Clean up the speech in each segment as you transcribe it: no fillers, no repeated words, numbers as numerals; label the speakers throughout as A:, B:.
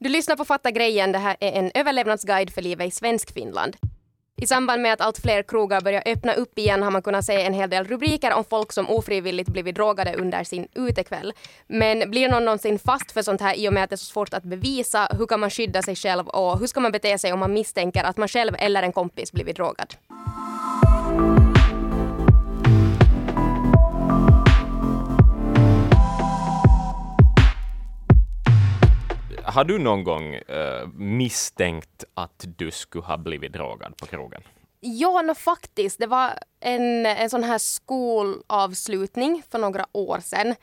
A: Du lyssnar på Fatta grejen. Det här är en överlevnadsguide för livet i svensk Finland. I samband med att allt fler krogar börjar öppna upp igen har man kunnat se en hel del rubriker om folk som ofrivilligt blivit drogade under sin utekväll. Men blir någon någonsin fast för sånt här i och med att det är så svårt att bevisa? Hur kan man skydda sig själv och hur ska man bete sig om man misstänker att man själv eller en kompis blivit drogad?
B: Har du någon gång misstänkt att du skulle ha blivit drogad på krogen?
A: Ja, faktiskt. Det var en sån här skolavslutning för några år sedan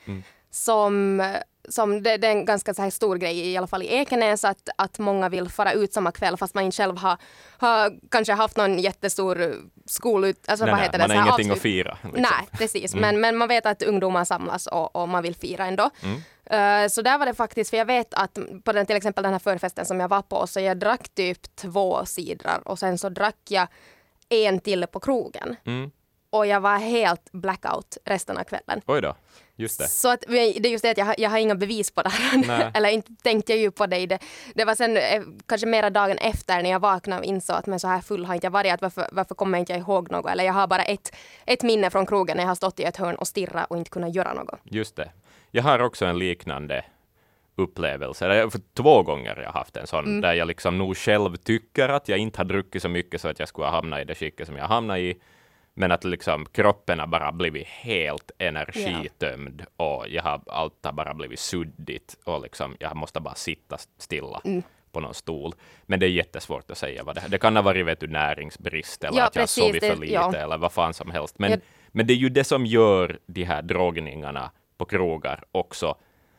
A: som det är en ganska så här stor grej, i alla fall i Ekenäs, att många vill fara ut samma kväll fast man inte själv har kanske haft någon jättestor alltså
B: nej,
A: vad heter det?
B: Man
A: så
B: har
A: här
B: ingenting att fira. Liksom.
A: Nej, precis. Men man vet att ungdomar samlas och man vill fira ändå. Så där var det faktiskt, för jag vet att på till exempel den här förfesten som jag var på, så jag drack typ 2 cidrar och sen så drack jag en till på krogen. Och jag var helt blackout resten av kvällen.
B: Oj då, just det.
A: Så att, det är just det att jag har inga bevis på det här. Eller inte tänkte jag ju på det. Det var sen kanske mera dagen efter när jag vaknade och insåg att men så här full har inte jag varit. Att varför kommer jag inte ihåg något? Eller jag har bara ett minne från krogen när jag har stått i ett hörn och stirrat och inte kunnat göra något.
B: Just det. Jag har också en liknande upplevelse. För 2 gånger jag har haft en sån där jag liksom nog själv tycker att jag inte har druckit så mycket så att jag skulle ha hamnat i det skicket som jag hamnat i. Men att liksom kroppen har bara blivit helt energitömd och allt har bara blivit suddigt och liksom jag måste bara sitta stilla på någon stol. Men det är jättesvårt att säga vad det är. Det kan ha varit näringsbrist eller att jag har sovit för lite eller vad fan som helst. Men det är ju det som gör de här drogningarna på krogar också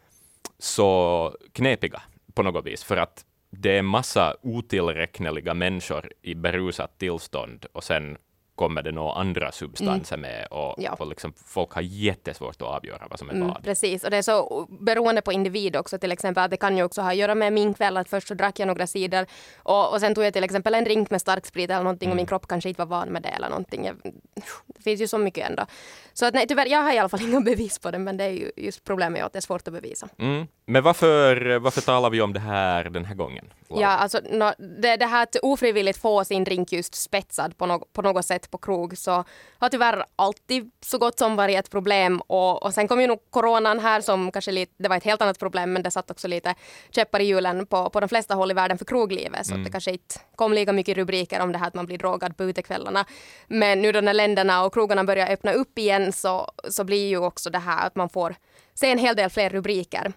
B: så knepiga på något vis. För att det är massa otillräkneliga människor i berusat tillstånd och sen kommer det några andra substanser med och liksom, folk har jättesvårt att avgöra vad som är vad.
A: Precis, och det är så beroende på individ också, till exempel att det kan ju också ha att göra med min kväll att först så drack jag några cider och sen tog jag till exempel en drink med starksprit eller någonting och min kropp kanske inte var van med det eller någonting. Det finns ju så mycket ändå. Så att nej, tyvärr, jag har i alla fall inga bevis på det, men det är ju just problemet att det är svårt att bevisa.
B: Men varför talar vi om det här den här gången? Wow.
A: Ja, alltså det här att ofrivilligt få sin drink just spetsad på något sätt på krog så har tyvärr alltid så gott som varit ett problem och sen kom ju nog coronan här som kanske det var ett helt annat problem, men det satt också lite käppar i hjulen på de flesta håll i världen för kroglivet så att det kanske inte kom lika mycket rubriker om det här att man blir drogad på utekvällarna. Men nu då när länderna och krogarna börjar öppna upp igen så blir ju också det här att man får se en hel del fler rubriker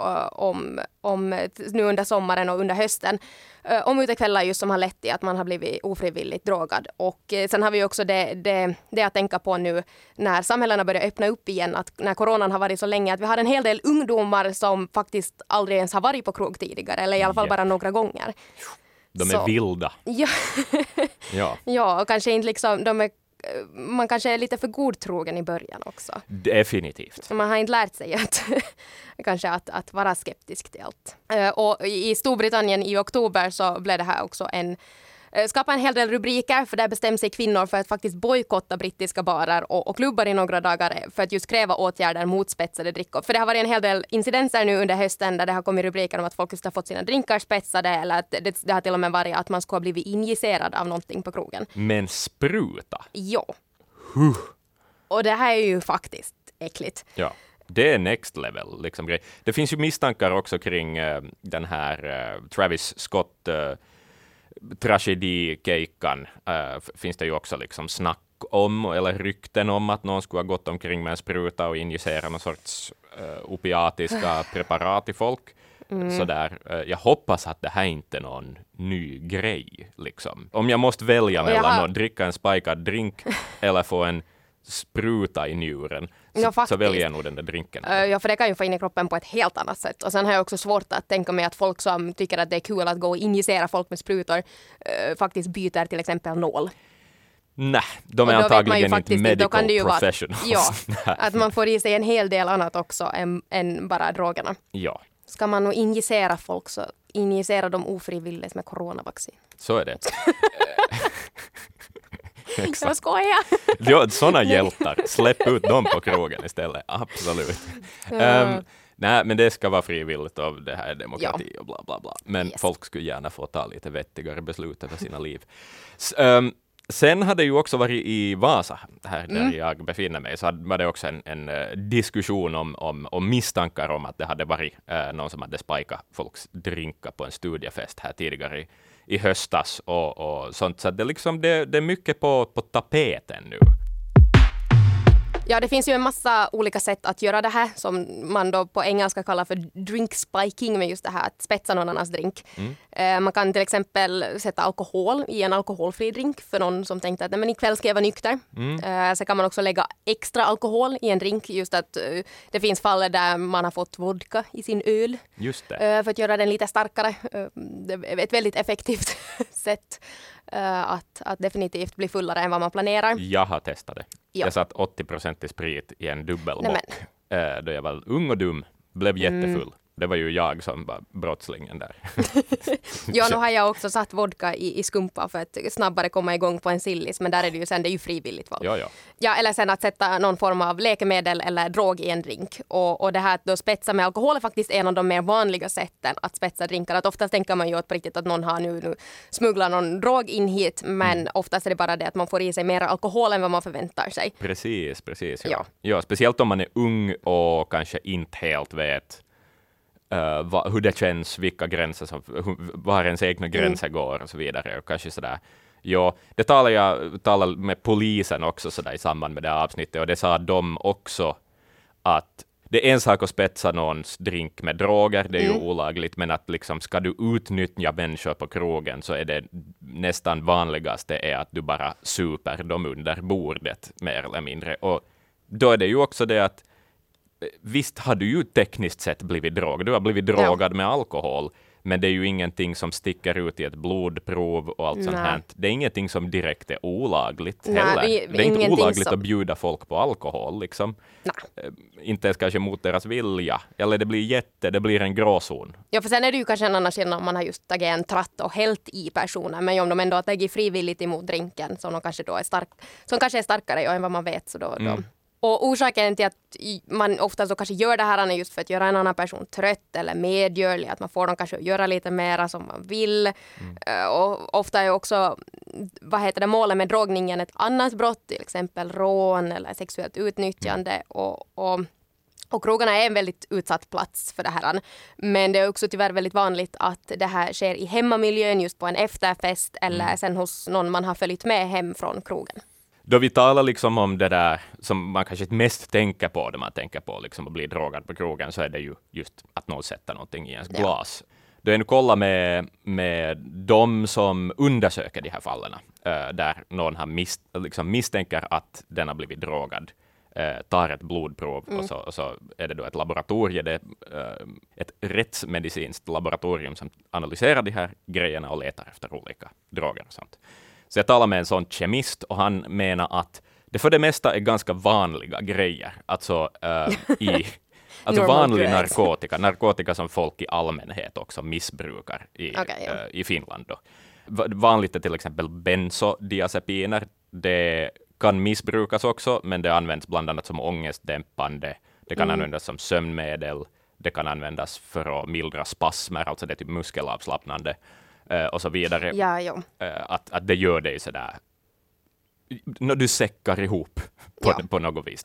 A: om nu under sommaren och under hösten om utekvällar just som har lett till att man har blivit ofrivilligt drogad. Och sen har vi också det att tänka på nu när samhällena börjar öppna upp igen, att när coronan har varit så länge att vi har en hel del ungdomar som faktiskt aldrig ens har varit på krog tidigare eller i alla fall bara några gånger.
B: De är vilda.
A: Ja, och kanske inte liksom, man kanske är lite för godtrogen i början också.
B: Definitivt.
A: Man har inte lärt sig att vara skeptisk till allt. Och i Storbritannien i oktober så blev det här också skapa en hel del rubriker, för där bestämde sig kvinnor för att faktiskt bojkotta brittiska barer och klubbar i några dagar för att just kräva åtgärder mot spetsade drickor. För det har varit en hel del incidenser nu under hösten där det har kommit rubriker om att folk har fått sina drinkar spetsade eller att det har till och med varit att man skulle ha blivit injicerad av någonting på krogen.
B: Men spruta?
A: Ja. Och det här är ju faktiskt äckligt.
B: Ja. Det är next level liksom grej. Det finns ju misstankar också kring den här Travis Scott tragedikejkan finns det ju också liksom snack om eller rykten om att någon skulle ha gått omkring med en spruta och injicera någon sorts opiatiska preparat i folk. Sådär. Jag hoppas att det här inte är någon ny grej. Liksom. Om jag måste välja mellan att dricka en spikad drink eller få en spruta i njuren så väljer jag nog den där drinken.
A: Ja, för det kan ju få in i kroppen på ett helt annat sätt. Och sen har jag också svårt att tänka mig att folk som tycker att det är kul att gå och injicera folk med sprutor faktiskt byter till exempel nål.
B: Nej, de är antagligen inte medical professionals.
A: Ja, att man får i sig en hel del annat också än bara drogerna.
B: Ja.
A: Ska man nog injicera folk så injicera dem ofrivilligt med coronavaccin.
B: Så är det. Exakt.
A: Jag skojar.
B: Ja, sådana hjältar. Släpp ut dem på krogen istället. Absolut. Nej, men det ska vara frivilligt av det här demokrati och bla bla bla. Men folk skulle gärna få ta lite vettigare beslut över sina liv. Sen hade ju också varit i Vasa, här där jag befinner mig, så var det också en diskussion om misstankar om att det hade varit någon som hade spikat folks drinkar på en studiefest här tidigare i höstas och sånt. Så det, liksom, det är mycket på tapeten nu.
A: Ja, det finns ju en massa olika sätt att göra det här som man då på engelska kallar för drink spiking, med just det här att spetsa någon annans drink. Man kan till exempel sätta alkohol i en alkoholfri drink för någon som tänkte att nej, men ikväll ska jag vara nykter. Så kan man också lägga extra alkohol i en drink, just att det finns fall där man har fått vodka i sin öl.
B: Just det.
A: För att göra den lite starkare. Det är ett väldigt effektivt sätt att definitivt bli fullare än vad man planerar.
B: Jag har testat det.
A: Ja.
B: Jag satt 80% i sprit i en dubbelbock då jag var ung och dum, blev jättefull. Det var ju jag som var brottslingen där.
A: Ja, nu har jag också satt vodka i skumpa för att snabbare komma igång på en sillis, men där är det ju sen, det är ju frivilligt val. Ja, eller sen att sätta någon form av läkemedel eller drog i en drink. Och det här att då spetsa med alkohol är faktiskt en av de mer vanliga sätten att spetsa drinkar. Att oftast tänker man ju att på riktigt att någon har nu smugglat någon drog in hit, men oftast är det bara det att man får i sig mer alkohol än vad man förväntar sig.
B: Precis. Ja, speciellt om man är ung och kanske inte helt vet hur det känns, vilka gränser var ens egna gränser går och så vidare. Och kanske sådär. Ja, det talade med polisen också sådär i samband med det här avsnittet, och det sa de också att det är en sak att spetsa någons drink med droger, det är ju olagligt, men att liksom, ska du utnyttja människor på krogen så är det nästan vanligaste är att du bara super dem under bordet mer eller mindre. Och då är det ju också det att visst har du ju tekniskt sett blivit drogad. Du har blivit drogad med alkohol, men det är ju ingenting som sticker ut i ett blodprov och allt sånt här. Det är ingenting som direkt är olagligt heller. Det är inte olagligt att bjuda folk på alkohol, liksom. Inte ens kanske mot deras vilja. Eller det blir en gråzon. Ja,
A: för sen är det ju kanske en annan skillnad om man har just tagit en tratt och hällt i personen. Men om de ändå har tagit frivilligt emot drinken, som de kanske då är starkare än vad man vet, så då. Och orsaken till att man ofta så kanske gör det här är just för att göra en annan person trött eller medgörlig, att man får dem kanske att göra lite mera som man vill. Och ofta är också målet med drogningen ett annat brott, till exempel rån eller sexuellt utnyttjande. Och krogarna är en väldigt utsatt plats för det här. Men det är också tyvärr väldigt vanligt att det här sker i hemmamiljön, just på en efterfest eller sen hos någon man har följt med hem från krogen.
B: Då vi talar liksom om det där som man kanske mest tänker på när man tänker på liksom att bli drogad på krogen, så är det ju just att någon sätter någonting i ens glas. Då är nu kolla med de som undersöker de här fallen, där någon har misstänker att den har blivit drogad, tar ett blodprov och så är det då ett laboratorium, ett rättsmedicinskt laboratorium som analyserar de här grejerna och letar efter olika droger och sånt. Så jag talade med en sån kemist och han menar att det för det mesta är ganska vanliga grejer. Alltså vanlig narkotika som folk i allmänhet också missbrukar i Finland. Då. Vanligt är till exempel bensodiazepiner. Det kan missbrukas också, men det används bland annat som ångestdämpande. Det kan användas som sömnmedel. Det kan användas för att mildra spasmer, alltså det är typ muskelavslappnande. Och så vidare. Att det gör dig sådär. När du säckar ihop på något vis.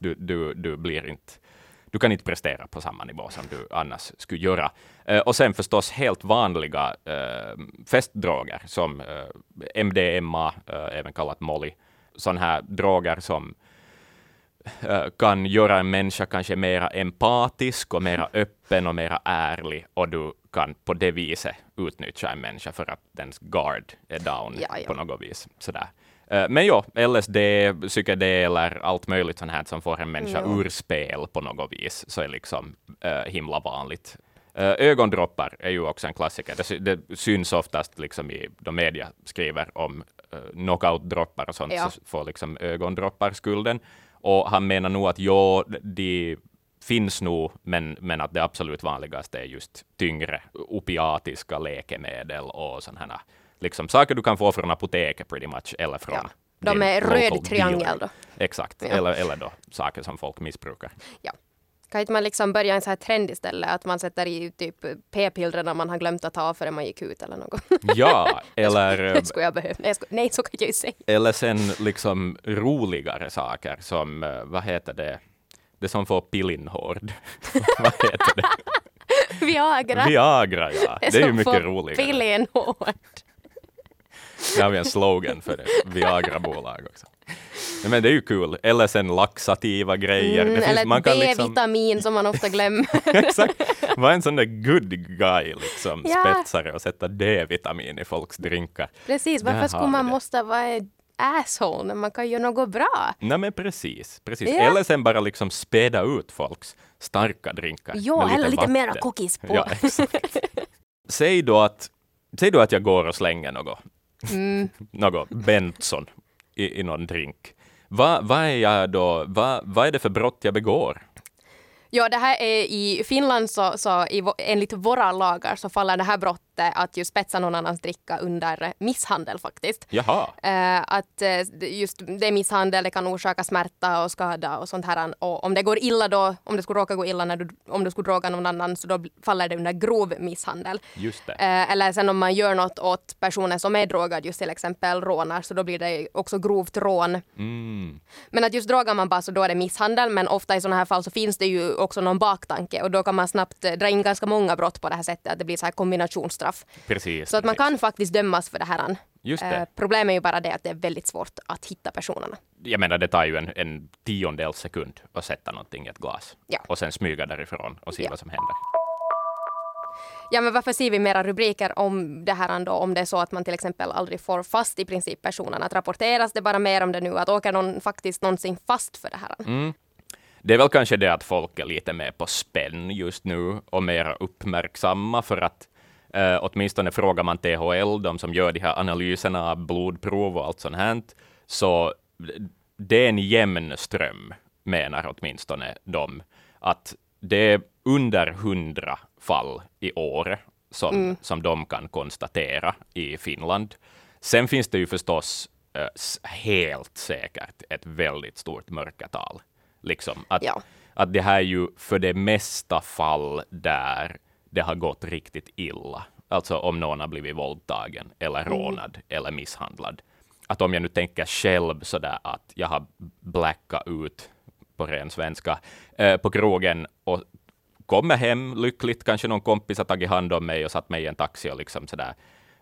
B: Du kan inte prestera på samma nivå som du annars skulle göra. Och sen förstås helt vanliga festdroger som MDMA, även kallat Molly. Sådana här droger som kan göra en människa kanske mera empatisk och mera öppen och mera ärlig, och du kan på det viset utnyttja en människa för att dens guard är down på något vis. Sådär. Men LSD, psykedeler, allt möjligt sånt här som får en människa ur spel på något vis, så är liksom himla vanligt. Ögondroppar är ju också en klassiker. Det syns oftast liksom i de media skriver om knockout-droppar och sånt, så får liksom ögondroppar skulden. Och han menar nog att de finns nog, men att det absolut vanligaste är just tyngre opiatiska läkemedel och sådana liksom saker du kan få från apoteket pretty much, eller från
A: de är röd triangel då.
B: Exakt, eller då saker som folk missbrukar.
A: Ja. Kan inte man liksom börja en så här trend istället? Att man sätter i typ p-piller när man har glömt att ta före man gick ut eller något.
B: Ja, eller...
A: Skulle jag behöva? Nej, så kan jag ju säga.
B: Eller sen liksom roligare saker som, vad heter det? Det som får pillinhård. Vad heter det?
A: Viagra.
B: Viagra, ja. Det är ju mycket roligare.
A: Pillinhård.
B: Det har vi en slogan för det. Viagra-bolag också. Men det är ju kul. Eller sen laxativa grejer. Det finns,
A: eller
B: man kan
A: D-vitamin som man ofta glömmer.
B: Exakt. Var en sån där good guy liksom.
A: Ja.
B: Spetsare och sätta D-vitamin i folks drinkar.
A: Precis,
B: Där
A: varför skulle
B: har
A: man
B: vi det.
A: måste vara asshole när man kan göra något bra?
B: Nej men precis.
A: Ja.
B: Eller sen bara liksom späda ut folks starka drinkar.
A: Ja,
B: med
A: hälla lite
B: vatten.
A: mera cookies på.
B: Ja, exakt. Säg då att jag går och slänger något Benson i någon drink. Vad är jag då? Vad är det för brott jag begår?
A: Ja, det här är i Finland så enligt våra lagar så faller det här brottet att just spetsa någon annans dricka under misshandel faktiskt.
B: Jaha.
A: Att just det är misshandel, det kan orsaka smärta och skada och sånt här. Och om det går illa då, om det skulle råka gå illa om du skulle droga någon annan så då faller det under grov misshandel.
B: Just det.
A: Eller sen om man gör något åt personen som är drogad, just till exempel rånar, så då blir det också grovt rån.
B: Mm.
A: Men att just drogar man bara så då är det misshandel, men ofta i sådana här fall så finns det ju också någon baktanke och då kan man snabbt dra in ganska många brott på det här sättet, att det blir så här kombinationsstraff.
B: Precis.
A: Så att man kan faktiskt dömas för det här.
B: Just det.
A: Problemet är ju bara det att det är väldigt svårt att hitta personerna.
B: Jag menar, det tar ju en 10:e sekund att sätta någonting i ett glas.
A: Ja.
B: Och sen smyga därifrån och se vad som händer.
A: Ja, men varför ser vi mera rubriker om det här ändå, om det är så att man till exempel aldrig får fast i princip personen? Att rapporteras det bara mer om det nu, att åker någon faktiskt någonsin fast för det här?
B: Det är väl kanske det att folk är lite mer på spänn just nu och mer uppmärksamma för att åtminstone frågar man THL, de som gör de här analyserna av blodprov och allt sånt här, så det är en jämn ström, menar åtminstone de, att det är under 100 fall i år som de kan konstatera i Finland. Sen finns det ju förstås helt säkert ett väldigt stort mörkertal. Liksom, att det här är ju för det mesta fall där det har gått riktigt illa. Alltså om någon har blivit våldtagen eller rånad eller misshandlad. Att om jag nu tänker själv sådär att jag har blackat ut på ren svenska på krogen och kommer hem lyckligt, kanske någon kompis har tagit hand om mig och satt mig i en taxi och liksom sådär.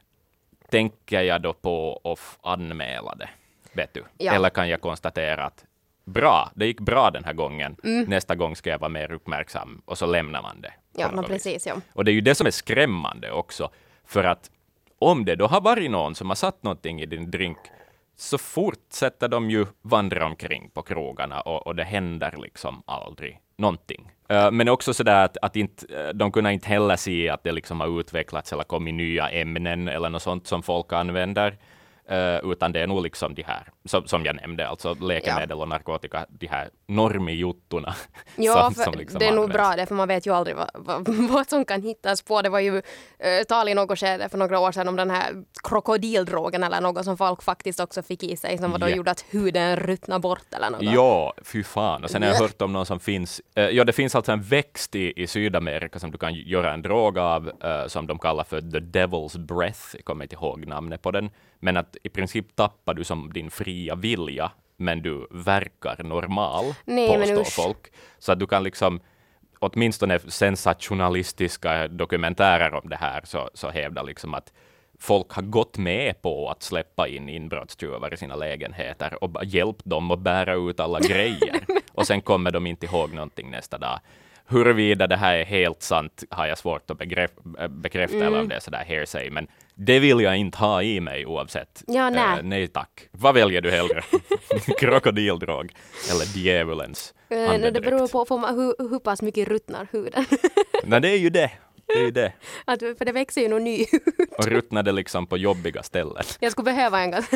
B: Tänker jag då på att anmäla det? Vet du?
A: Ja.
B: Eller kan jag konstatera att det gick bra den här gången. Nästa gång ska jag vara mer uppmärksam. Och så lämnar man det.
A: Ja, precis. Ja.
B: Och det är ju det som är skrämmande också. För att om det då har varit någon som har satt någonting i din drink, så fortsätter de ju vandra omkring på krogarna och det händer liksom aldrig någonting. Men också sådär att inte, de kunde inte heller se att det liksom har utvecklats eller kommit nya ämnen eller något sånt som folk använder. Utan det är nog liksom de här, som jag nämnde, alltså läkemedel och narkotika, de här normijuttorna.
A: Ja,
B: som liksom
A: det är nog
B: används.
A: bra det, för man vet ju aldrig vad som kan hittas på. Det var ju tal i något skede för några år sedan om den här krokodildrogen eller något som folk faktiskt också fick i sig, som var då gjorde att huden ruttna bort eller något.
B: Ja, fy fan. Och sen har jag hört om någon som finns, det finns alltså en växt i Sydamerika som du kan göra en drog av, som de kallar för the devil's breath. Jag kommer inte ihåg namnet på den. Men att i princip tappar du som din fria vilja, men du verkar normal, påstår folk. Så att du kan liksom, åtminstone sensationalistiska dokumentärer om det här, så hävdar liksom att folk har gått med på att släppa in inbrottstjuvar i sina lägenheter och hjälpt dem att bära ut alla grejer. Och sen kommer de inte ihåg någonting nästa dag. Huruvida det här är helt sant har jag svårt att bekräfta eller om det är sådär hearsay, men det vill jag inte ha i mig oavsett.
A: Ja,
B: nej tack. Vad väljer du hellre? Krokodildrog eller djävulens andedräkt?
A: Det beror på hur pass mycket ruttnar huden.
B: Nej, det är ju det. Det är ju det.
A: För det växer ju någon ny hud.
B: Och ruttnade liksom på jobbiga ställen.
A: Jag skulle behöva en ganska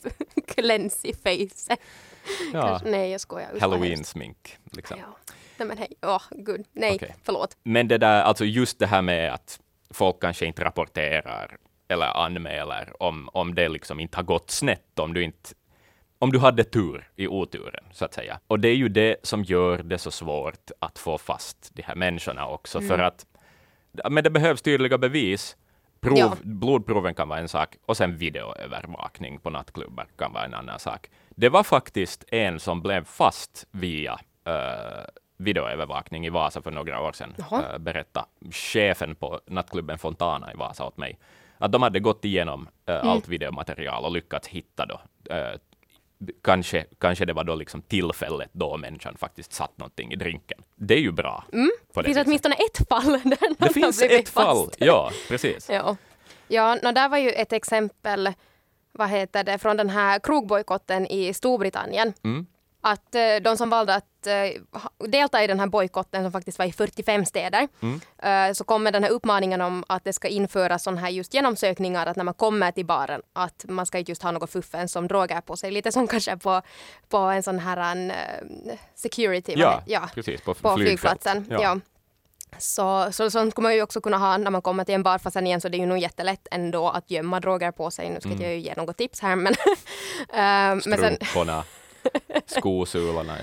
A: cleansy face.
B: Ja.
A: Kanske, nej, jag skojar.
B: Halloween-smink. Liksom.
A: Ja. Nej, men hej. Gud. Nej,
B: Okay.
A: Förlåt.
B: Men det där, alltså just det här med att folk kanske inte rapporterar eller anmäler om det liksom inte har gått snett, om du inte om du hade tur i oturen, så att säga. Och det är ju det som gör det så svårt att få fast de här människorna också, för att men det behövs tydliga bevis. Blodproven kan vara en sak, och sen videoövervakning på nattklubbar kan vara en annan sak. Det var faktiskt en som blev fast via videoövervakning i Vasa för några år sedan. Berätta chefen på nattklubben Fontana i Vasa åt mig. Att de hade gått igenom allt videomaterial och lyckats hitta då. Kanske det var då liksom tillfället då människan faktiskt satt någonting i drinken. Det är ju bra.
A: Det finns åtminstone ett fall där någon
B: det finns
A: har blivit
B: ett fall,
A: fast.
B: ja, precis.
A: Ja, där var ju ett exempel, från den här krogbojkotten i Storbritannien. Att de som valde att delta i den här bojkotten, som faktiskt var i 45 städer, så kommer den här uppmaningen om att det ska införas sån här just genomsökningar, att när man kommer till baren, att man ska inte just ha något fuffen som droger på sig. Lite som kanske på en sån här security.
B: Precis, på
A: flygplatsen. Ja. Så sånt kommer man ju också kunna ha när man kommer till en bar, fast sen igen så det är ju nog jättelätt ändå att gömma droger på sig. Nu ska jag ju ge något tips här, men
B: strumporna, skosulorna,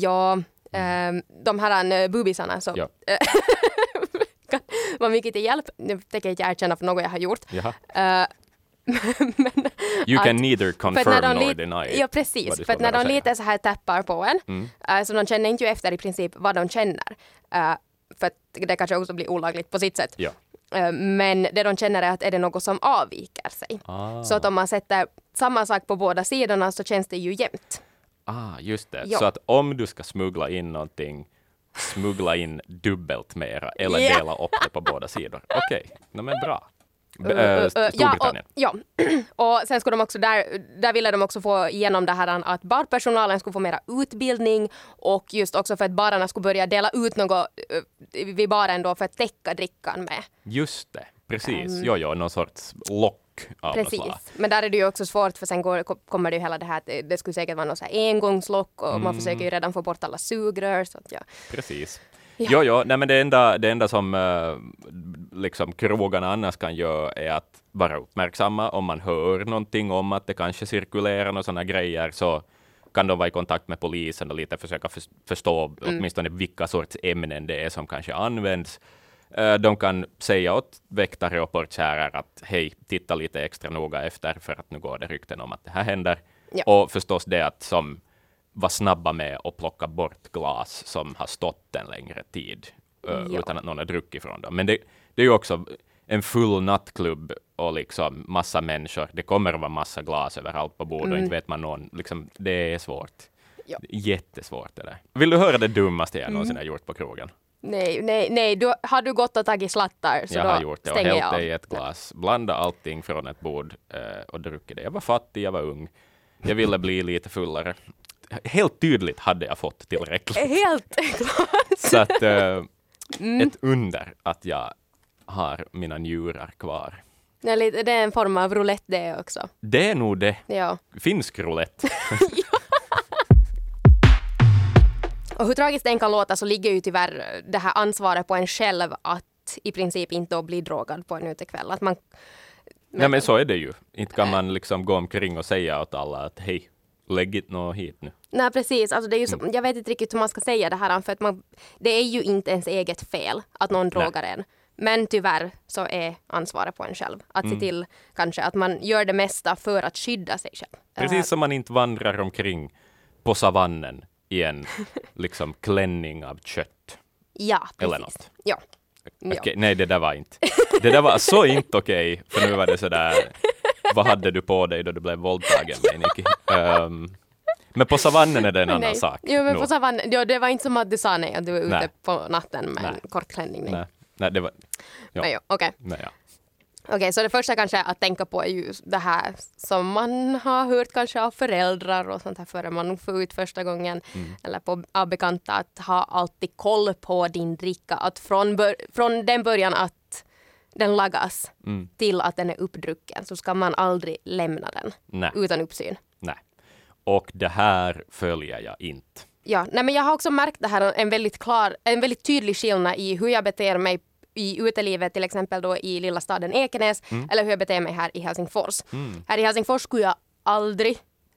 A: de här bubisarna så var mycket till hjälp. Nu tänker jag inte erkänna för något jag har gjort.
B: Men you can neither confirm nor deny.
A: Ja, precis. För att när de lite så här tappar på en, så de känner inte efter i princip vad de känner. För att det kanske också blir olagligt på sitt sätt. Men det de känner är att är det något som avviker sig. Så att om man sätter samma sak på båda sidorna så känns det ju jämnt.
B: Just det. Så att om du ska smuggla in någonting, smuggla in dubbelt mera eller dela upp det på båda sidor. Okej, men bra. Storbritannien.
A: Och sen skulle de också där ville de också få igenom det här att barpersonalen skulle få mera utbildning, och just också för att barerna skulle börja dela ut något vid baren då för att täcka drickan med.
B: Just det, precis. Någon sorts lock.
A: Precis, men där är det ju också svårt, för sen kommer det ju hela det här att det skulle säkert vara något så här engångslock, och man försöker ju redan få bort alla sugrör. Så att,
B: Precis. Nej, men det enda som liksom krogarna annars kan göra är att vara uppmärksamma. Om man hör någonting om att det kanske cirkulerar och sådana grejer, så kan de vara i kontakt med polisen och lite försöka förstå åtminstone vilka sorts ämnen det är som kanske används. De kan säga åt väktare och portierer att hej, titta lite extra noga efter, för att nu går det rykten om att det här händer. Och förstås det att som var snabba med att plocka bort glas som har stått en längre tid utan att någon har druckit från dem. Men det är ju också en full nattklubb och liksom massa människor. Det kommer att vara massa glas överallt på bordet och inte vet man någon. Liksom, det är svårt. Jättesvårt det där. Vill du höra det dummaste jag någonsin har gjort på krogen?
A: Nej. Har du gått och tagit slattar, så
B: jag
A: då
B: har gjort det och
A: stänger
B: hällt det i ett glas. Blanda allting från ett bord och druckit det. Jag var fattig, jag var ung. Jag ville bli lite fullare. Helt tydligt hade jag fått tillräckligt.
A: Helt klart.
B: Så att ett under att jag har mina njurar kvar.
A: Det är en form av roulette det också.
B: Det är nog det.
A: Ja.
B: Finsk roulette.
A: Och hur tragiskt det än kan låta, så ligger ju tyvärr det här ansvaret på en själv att i princip inte bli drogad på en utekväll. Att man...
B: Nej, men så är det ju. Inte kan man liksom gå omkring och säga åt alla att hej, lägg it nå hit nu.
A: Nej, precis. Alltså, det är ju så, jag vet inte riktigt hur man ska säga det här, för att det är ju inte ens eget fel att någon drogar en. Men tyvärr så är ansvaret på en själv. Att se till kanske att man gör det mesta för att skydda sig själv.
B: Precis som man inte vandrar omkring på savannen i en liksom klänning av kött.
A: Ja, precis.
B: Eller något.
A: Ja.
B: Okay, nej, det där var inte. Det där var så inte okej. För nu var det sådär, vad hade du på dig då du blev våldtagen, Niki? Men på savannen är det en annan sak.
A: Jo, men på savannen, det var inte som att du sa nej, att du var ute på natten med en kort klänning.
B: Nej, det var...
A: Okej. Okej, så det första kanske att tänka på är ju det här som man har hört kanske av föräldrar och sånt här före man får ut första gången. Eller av bekanta, att ha alltid koll på din dricka. Att från den början att den lagas till att den är uppdrucken, så ska man aldrig lämna den utan uppsyn. Nej,
B: och det här följer jag inte.
A: Ja, nej, men jag har också märkt det här en väldigt tydlig skillnad i hur jag beter mig i utelivet, till exempel då i lilla staden Ekenäs, eller hur jag beter mig här i Helsingfors. Här i Helsingfors skulle jag aldrig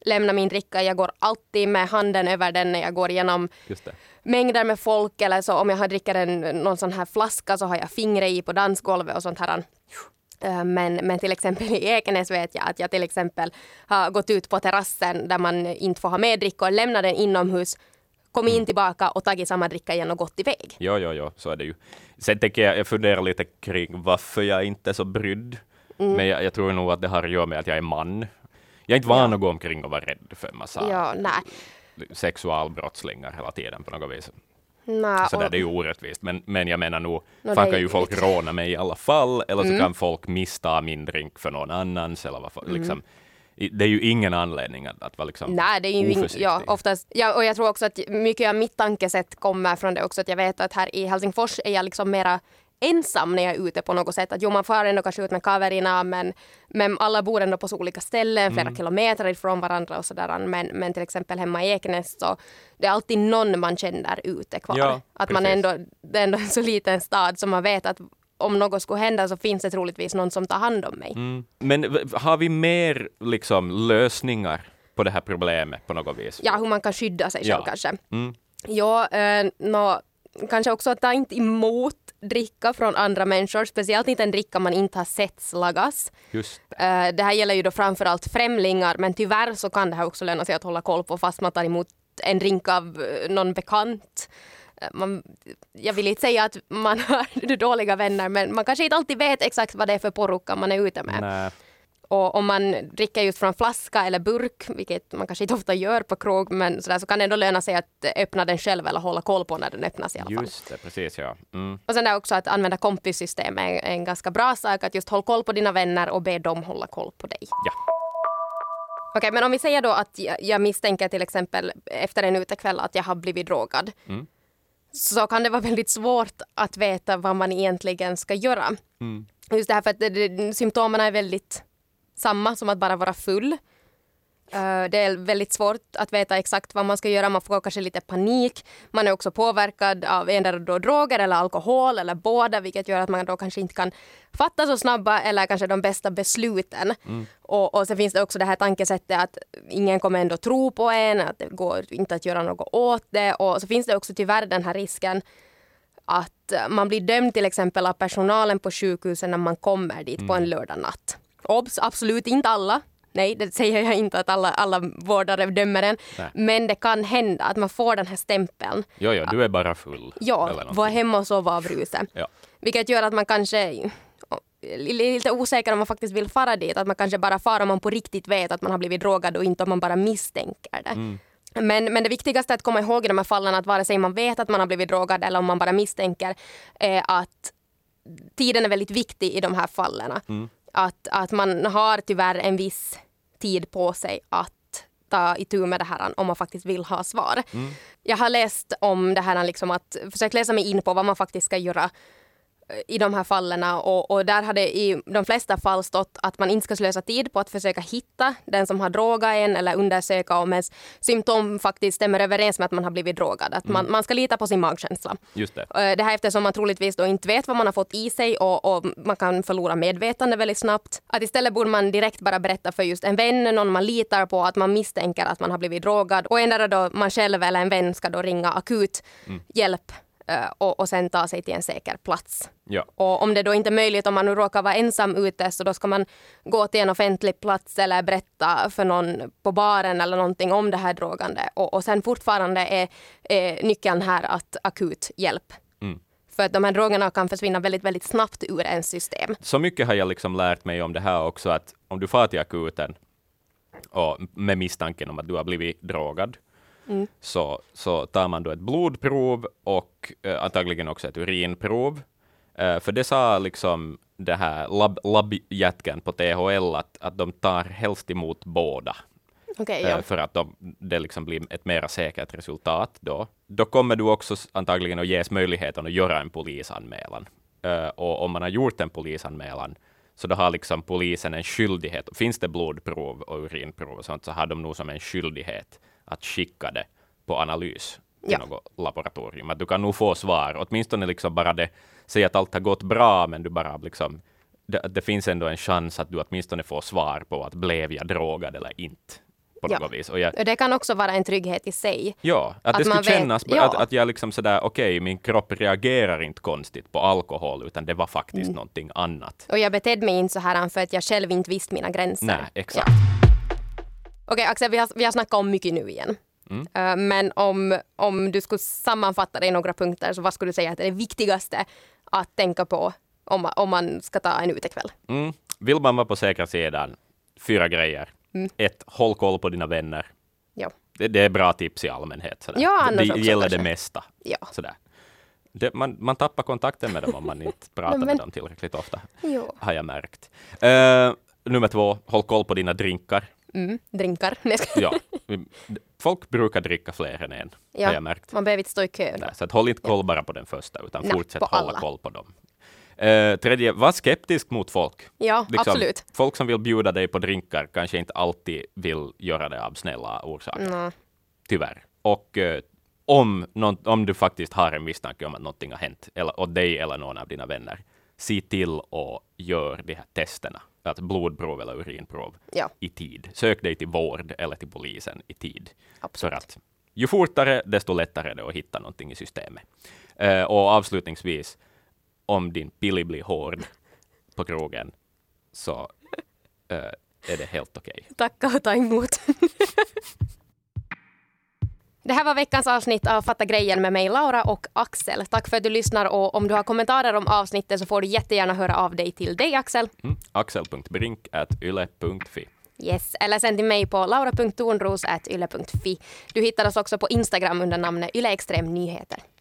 A: lämna min dricka. Jag går alltid med handen över den när jag går igenom mängder med folk. Eller så om jag dricker någon sån här flaska så har jag fingret i på dansgolvet och sånt här. Men till exempel i Ekenäs vet jag att jag till exempel har gått ut på terrassen där man inte får ha med dricka och lämna den inomhus, kommit in tillbaka och tagit samma dricka igen och gått iväg.
B: Ja, så är det ju. Sen tänker jag funderar lite kring varför jag inte är så brydd. Men jag tror nog att det har att göra med att jag är man. Jag är inte van att gå omkring och vara rädd för en massa sexualbrottslingar hela tiden på något vis. Så det är ju orättvist. Men jag menar nog, fan kan ju folk råna mig i alla fall, eller så kan folk mista min drink för någon annans. Eller vad, liksom, det är ju ingen anledning att vara liksom oförsiktig.
A: Oftast, och jag tror också att mycket av mitt tankesätt kommer från det också, att jag vet att här i Helsingfors är jag liksom mera ensam när jag är ute på något sätt. Att man får ändå kanske ut med kaverina, men alla bor ändå på så olika ställen, flera kilometer ifrån varandra och sådär. Men till exempel hemma i Ekenäs så det är alltid någon man känner ute kvar.
B: Ja,
A: att man det är ändå en så liten stad som man vet att om något skulle hända så finns det troligtvis någon som tar hand om mig.
B: Men har vi mer liksom lösningar på det här problemet på något vis?
A: Ja, hur man kan skydda sig själv kanske. Ja, kanske också att ta inte emot dricka från andra människor, speciellt inte en dricka man inte har sett slagas.
B: Just
A: det här gäller ju då framförallt främlingar, men tyvärr så kan det här också löna sig att hålla koll på fast man tar emot en drink av någon bekant. Jag vill inte säga att man har dåliga vänner, men man kanske inte alltid vet exakt vad det är för porukka man är ute med.
B: Nej.
A: Och om man dricker just från flaska eller burk, vilket man kanske inte ofta gör på krog, men så kan det ändå löna sig att öppna den själv eller hålla koll på när den öppnas i alla fall.
B: Just det, precis ja.
A: Och sen är också att använda kompissystem är en ganska bra sak, att just hålla koll på dina vänner och be dem hålla koll på dig.
B: Ja.
A: Okej, men om vi säger då att jag misstänker till exempel efter en utekväll att jag har blivit drogad. Så kan det vara väldigt svårt att veta vad man egentligen ska göra. Just det här för att symptomen är väldigt samma som att bara vara full. Det är väldigt svårt att veta exakt vad man ska göra. Man får kanske lite panik. Man är också påverkad av endera då droger eller alkohol eller båda, vilket gör att man då kanske inte kan fatta så snabba eller kanske de bästa besluten. Och så finns det också det här tankesättet att ingen kommer ändå tro på en, att det går inte att göra något åt det. Och så finns det också tyvärr den här risken att man blir dömd till exempel av personalen på sjukhusen när man kommer dit på en lördag natt. Absolut inte alla. Nej, det säger jag inte att alla vårdare dömer en.
B: Nej.
A: Men det kan hända att man får den här stämpeln.
B: Ja, du är bara full.
A: Ja, var hemma och sova av bruset.
B: Ja.
A: Vilket gör att man kanske är lite osäker om man faktiskt vill fara dit. Att man kanske bara far om man på riktigt vet att man har blivit drogad och inte om man bara misstänker det. Men det viktigaste är att komma ihåg i de här fallen att vare sig man vet att man har blivit drogad eller om man bara misstänker är att tiden är väldigt viktig i de här fallen. Att man har tyvärr en viss tid på sig att ta itu med det här om man faktiskt vill ha svar. Jag har läst om det här, liksom att försöka läsa mig in på vad man faktiskt ska göra i de här fallen och där hade i de flesta fall stått att man inte ska slösa tid på att försöka hitta den som har drogat en eller undersöka om ens symptom faktiskt stämmer överens med att man har blivit drogad. Att man ska lita på sin magkänsla.
B: Just det.
A: Det här eftersom man troligtvis då inte vet vad man har fått i sig och man kan förlora medvetande väldigt snabbt. Att istället borde man direkt bara berätta för just en vän, någon man litar på, att man misstänker att man har blivit drogad och ändå då man själv eller en vän ska då ringa akut hjälp och sen ta sig till en säker plats.
B: Ja.
A: Och om det då inte är möjligt, om man nu råkar vara ensam ute, så då ska man gå till en offentlig plats eller berätta för någon på baren eller någonting om det här drogande. Och sen fortfarande är nyckeln här att akut hjälp. För att de här drogerna kan försvinna väldigt, väldigt snabbt ur ens system.
B: Så mycket har jag liksom lärt mig om det här också, att om du far till akuten och med misstanken om att du har blivit drogad, så tar man då ett blodprov och antagligen också ett urinprov. För det sa liksom det här labbjätken på THL att de tar helst emot båda.
A: Okay,
B: för att det liksom blir ett mer säkert resultat då. Då kommer du också antagligen att ges möjligheten att göra en polisanmälan. Och om man har gjort en polisanmälan så då har liksom polisen en skyldighet. Finns det blodprov och urinprov och sånt, så har de nog som en skyldighet att skicka det på analys till något laboratorium. Att du kan nog få svar. Åtminstone liksom bara det, säga att allt har gått bra, men du bara liksom, det finns ändå en chans att du åtminstone får svar på att blev jag drogad eller inte. på något vis. Och
A: det kan också vara en trygghet i sig.
B: Ja, att det skulle kännas att jag liksom sådär, okej, min kropp reagerar inte konstigt på alkohol, utan det var faktiskt någonting annat.
A: Och jag betedde mig inte så här för att jag själv inte visste mina gränser.
B: Nej, exakt.
A: Okej, Axel, vi har snackat om mycket nu igen. Men om du skulle sammanfatta det i några punkter, så vad skulle du säga att det är det viktigaste att tänka på om man ska ta en utekväll?
B: Vill man vara på säkra sidan, 4 grejer. 1, håll koll på dina vänner.
A: Ja.
B: Det är bra tips i allmänhet. Sådär.
A: Ja,
B: det
A: också,
B: gäller
A: kanske.
B: det mesta.
A: Ja.
B: Sådär. Man tappar kontakten med dem om man inte pratar med dem tillräckligt ofta, har jag märkt. Nummer 2, håll koll på dina drinkar.
A: Drinkar.
B: Ja. Folk brukar dricka fler än en, har jag märkt.
A: Man behöver inte stå i kö.
B: Nej, så att håll inte koll bara på den första, utan fortsätt hålla
A: alla.
B: koll på dem. 3, var skeptisk mot folk.
A: Ja, absolut.
B: Folk som vill bjuda dig på drinkar kanske inte alltid vill göra det av snälla orsaker. Tyvärr. Och om du faktiskt har en misstanke om att någonting har hänt åt dig eller någon av dina vänner, se till att göra de här testerna. Alltså blodprov eller urinprov i tid. Sök dig till vård eller till polisen i tid.
A: Absolut.
B: För att ju fortare, desto lättare är det att hitta någonting i systemet. Och avslutningsvis, om din pilli blir hård på krogen, så är det helt okej.
A: Tacka och ta emot. Det här var veckans avsnitt av Fatta grejen med mig, Laura och Axel. Tack för att du lyssnar, och om du har kommentarer om avsnittet så får du jättegärna höra av dig till dig, Axel.
B: Axel.brink@yle.fi.
A: Yes, eller sänd till mig på laura.tornros@yle.fi. Du hittar oss också på Instagram under namnet Yle Extrem Nyheter.